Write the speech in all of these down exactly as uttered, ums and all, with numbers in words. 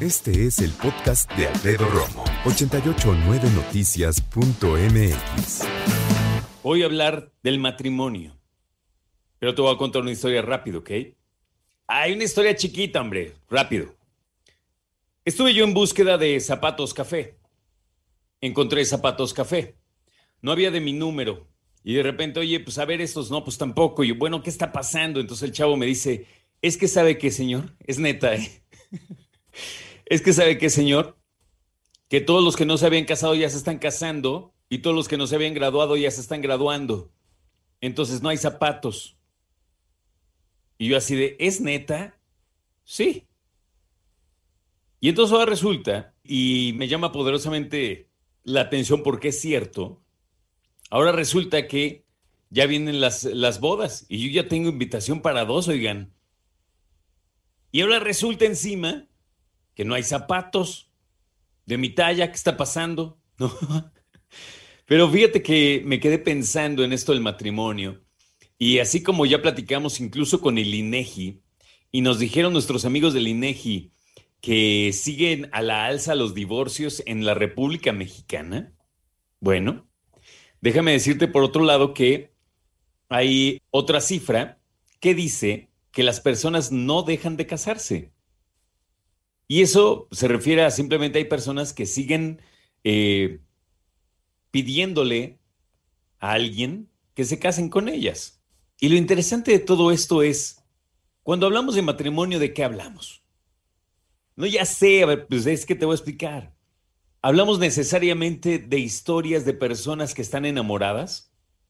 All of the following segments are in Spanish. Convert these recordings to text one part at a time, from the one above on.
Este es el podcast de Alfredo Romo, ochenta y ocho punto nueve noticias punto m x. Voy a hablar del matrimonio, pero te voy a contar una historia rápido, ¿ok? Hay una historia chiquita, hombre, rápido. Estuve yo en búsqueda de zapatos café. Encontré zapatos café. No había de mi número. Y de repente, oye, pues a ver estos, no, pues tampoco. Y yo, bueno, ¿qué está pasando? Entonces el chavo me dice, es que ¿sabe qué, señor? Es neta, ¿eh? Es que ¿sabe qué, señor? Que todos los que no se habían casado ya se están casando y todos los que no se habían graduado ya se están graduando. Entonces no hay zapatos. Y yo así de, ¿es neta? Sí. Y entonces ahora resulta, y me llama poderosamente la atención porque es cierto, ahora resulta que ya vienen las, las bodas y yo ya tengo invitación para dos, oigan. Y ahora resulta encima que no hay zapatos de mi talla. ¿Qué está pasando? ¿No? Pero fíjate que me quedé pensando en esto del matrimonio y así como ya platicamos incluso con el INEGI y nos dijeron nuestros amigos del INEGI que siguen a la alza los divorcios en la República Mexicana. Bueno, déjame decirte por otro lado que hay otra cifra que dice que las personas no dejan de casarse. Y eso se refiere a simplemente hay personas que siguen eh, pidiéndole a alguien que se casen con ellas. Y lo interesante de todo esto es, cuando hablamos de matrimonio, ¿de qué hablamos? No, ya sé, a ver, pues es que te voy a explicar. ¿Hablamos necesariamente de historias de personas que están enamoradas?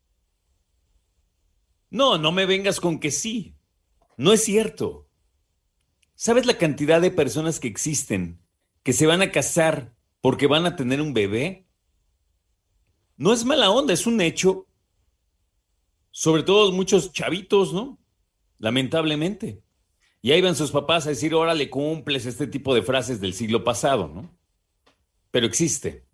No, no me vengas con que sí. No es cierto. ¿Sabes la cantidad de personas que existen que se van a casar porque van a tener un bebé? No es mala onda, es un hecho. Sobre todo muchos chavitos, ¿no? Lamentablemente. Y ahí van sus papás a decir, órale, cumples este tipo de frases del siglo pasado, ¿no? Pero existe.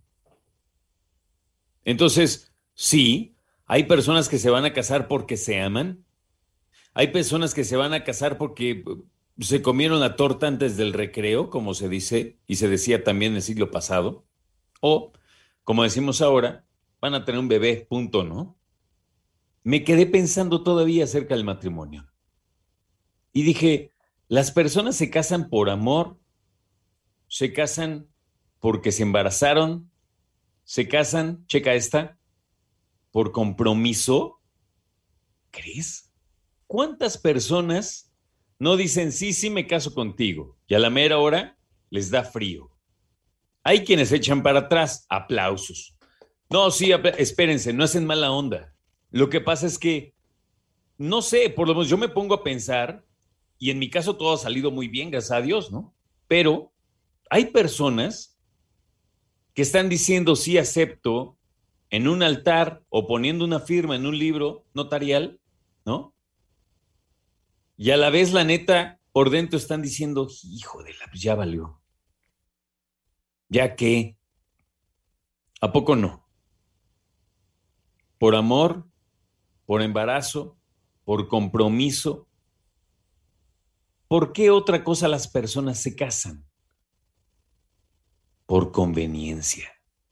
Entonces, sí, hay personas que se van a casar porque se aman. Hay personas que se van a casar porque se comieron la torta antes del recreo, como se dice y se decía también en el siglo pasado. O, como decimos ahora, van a tener un bebé, punto, ¿no? Me quedé pensando todavía acerca del matrimonio. Y dije, las personas se casan por amor, se casan porque se embarazaron, se casan, checa esta, por compromiso. ¿Crees? ¿Cuántas personas no dicen, sí, sí me caso contigo? Y a la mera hora les da frío. Hay quienes echan para atrás, aplausos. No, sí, apl- espérense, no hacen mala onda. Lo que pasa es que, no sé, por lo menos yo me pongo a pensar, y en mi caso todo ha salido muy bien, gracias a Dios, ¿no? Pero hay personas que están diciendo sí acepto en un altar o poniendo una firma en un libro notarial, ¿no? Y a la vez, la neta, por dentro están diciendo, hijo de la, pues ya valió. ¿Ya qué? ¿A poco no? Por amor, por embarazo, por compromiso. ¿Por qué otra cosa las personas se casan? Por conveniencia.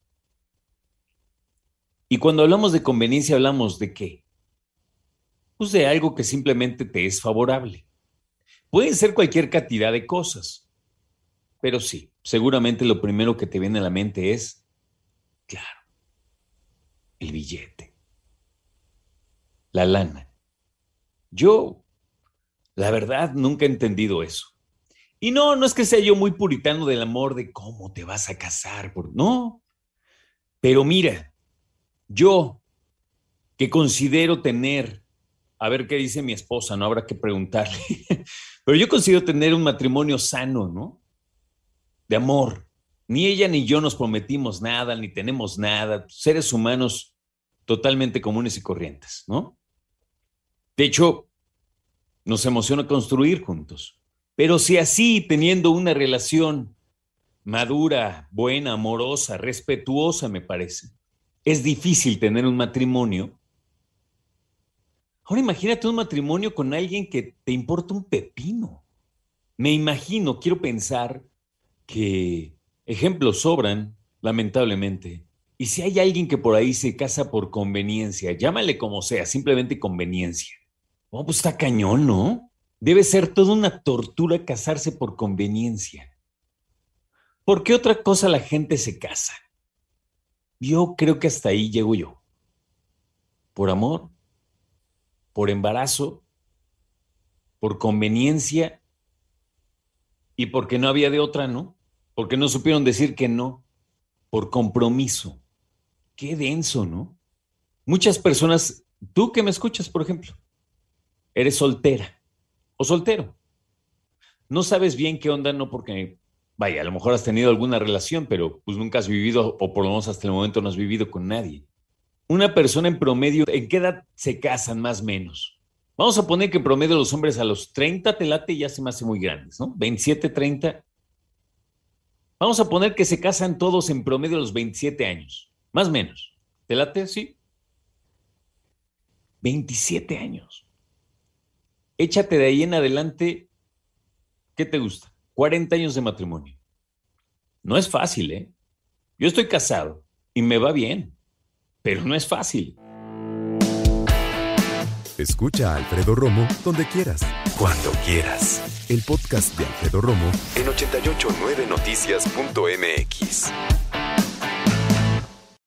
Y cuando hablamos de conveniencia, ¿hablamos de qué? Pues de algo que simplemente te es favorable. Pueden ser cualquier cantidad de cosas, pero sí, seguramente lo primero que te viene a la mente es, claro, el billete, la lana. Yo, la verdad, nunca he entendido eso. Y no, no es que sea yo muy puritano del amor de cómo te vas a casar, por... no. Pero mira, yo que considero tener, a ver qué dice mi esposa, no habrá que preguntarle, pero yo considero tener un matrimonio sano, ¿no? De amor. Ni ella ni yo nos prometimos nada, ni tenemos nada, seres humanos totalmente comunes y corrientes, ¿no? De hecho, nos emociona construir juntos. Pero si así, teniendo una relación madura, buena, amorosa, respetuosa, me parece, es difícil tener un matrimonio. Ahora imagínate un matrimonio con alguien que te importa un pepino. Me imagino, quiero pensar que ejemplos sobran, lamentablemente. Y si hay alguien que por ahí se casa por conveniencia, llámale como sea, simplemente conveniencia. Oh, pues está cañón, ¿no? Debe ser toda una tortura casarse por conveniencia. ¿Por qué otra cosa la gente se casa? Yo creo que hasta ahí llego yo. ¿Por amor? ¿Por embarazo? ¿Por conveniencia? Y porque no había de otra, ¿no? Porque no supieron decir que no. Por compromiso. Qué denso, ¿no? Muchas personas, tú que me escuchas, por ejemplo, eres soltera o soltero. No sabes bien qué onda, no porque, vaya, a lo mejor has tenido alguna relación, pero pues nunca has vivido, o por lo menos hasta el momento no has vivido con nadie. Una persona en promedio, ¿en qué edad se casan más o menos? Vamos a poner que en promedio los hombres a los treinta te late y ya se me hace muy grandes, ¿no? veintisiete, treinta. Vamos a poner que se casan todos en promedio a los veintisiete años. Más o menos. ¿Te late? Sí. veintisiete años. Échate de ahí en adelante, ¿qué te gusta? cuarenta años de matrimonio. No es fácil, ¿eh? Yo estoy casado y me va bien, pero no es fácil. Escucha a Alfredo Romo donde quieras, cuando quieras. El podcast de Alfredo Romo en ochenta y ocho punto nueve noticias punto m x.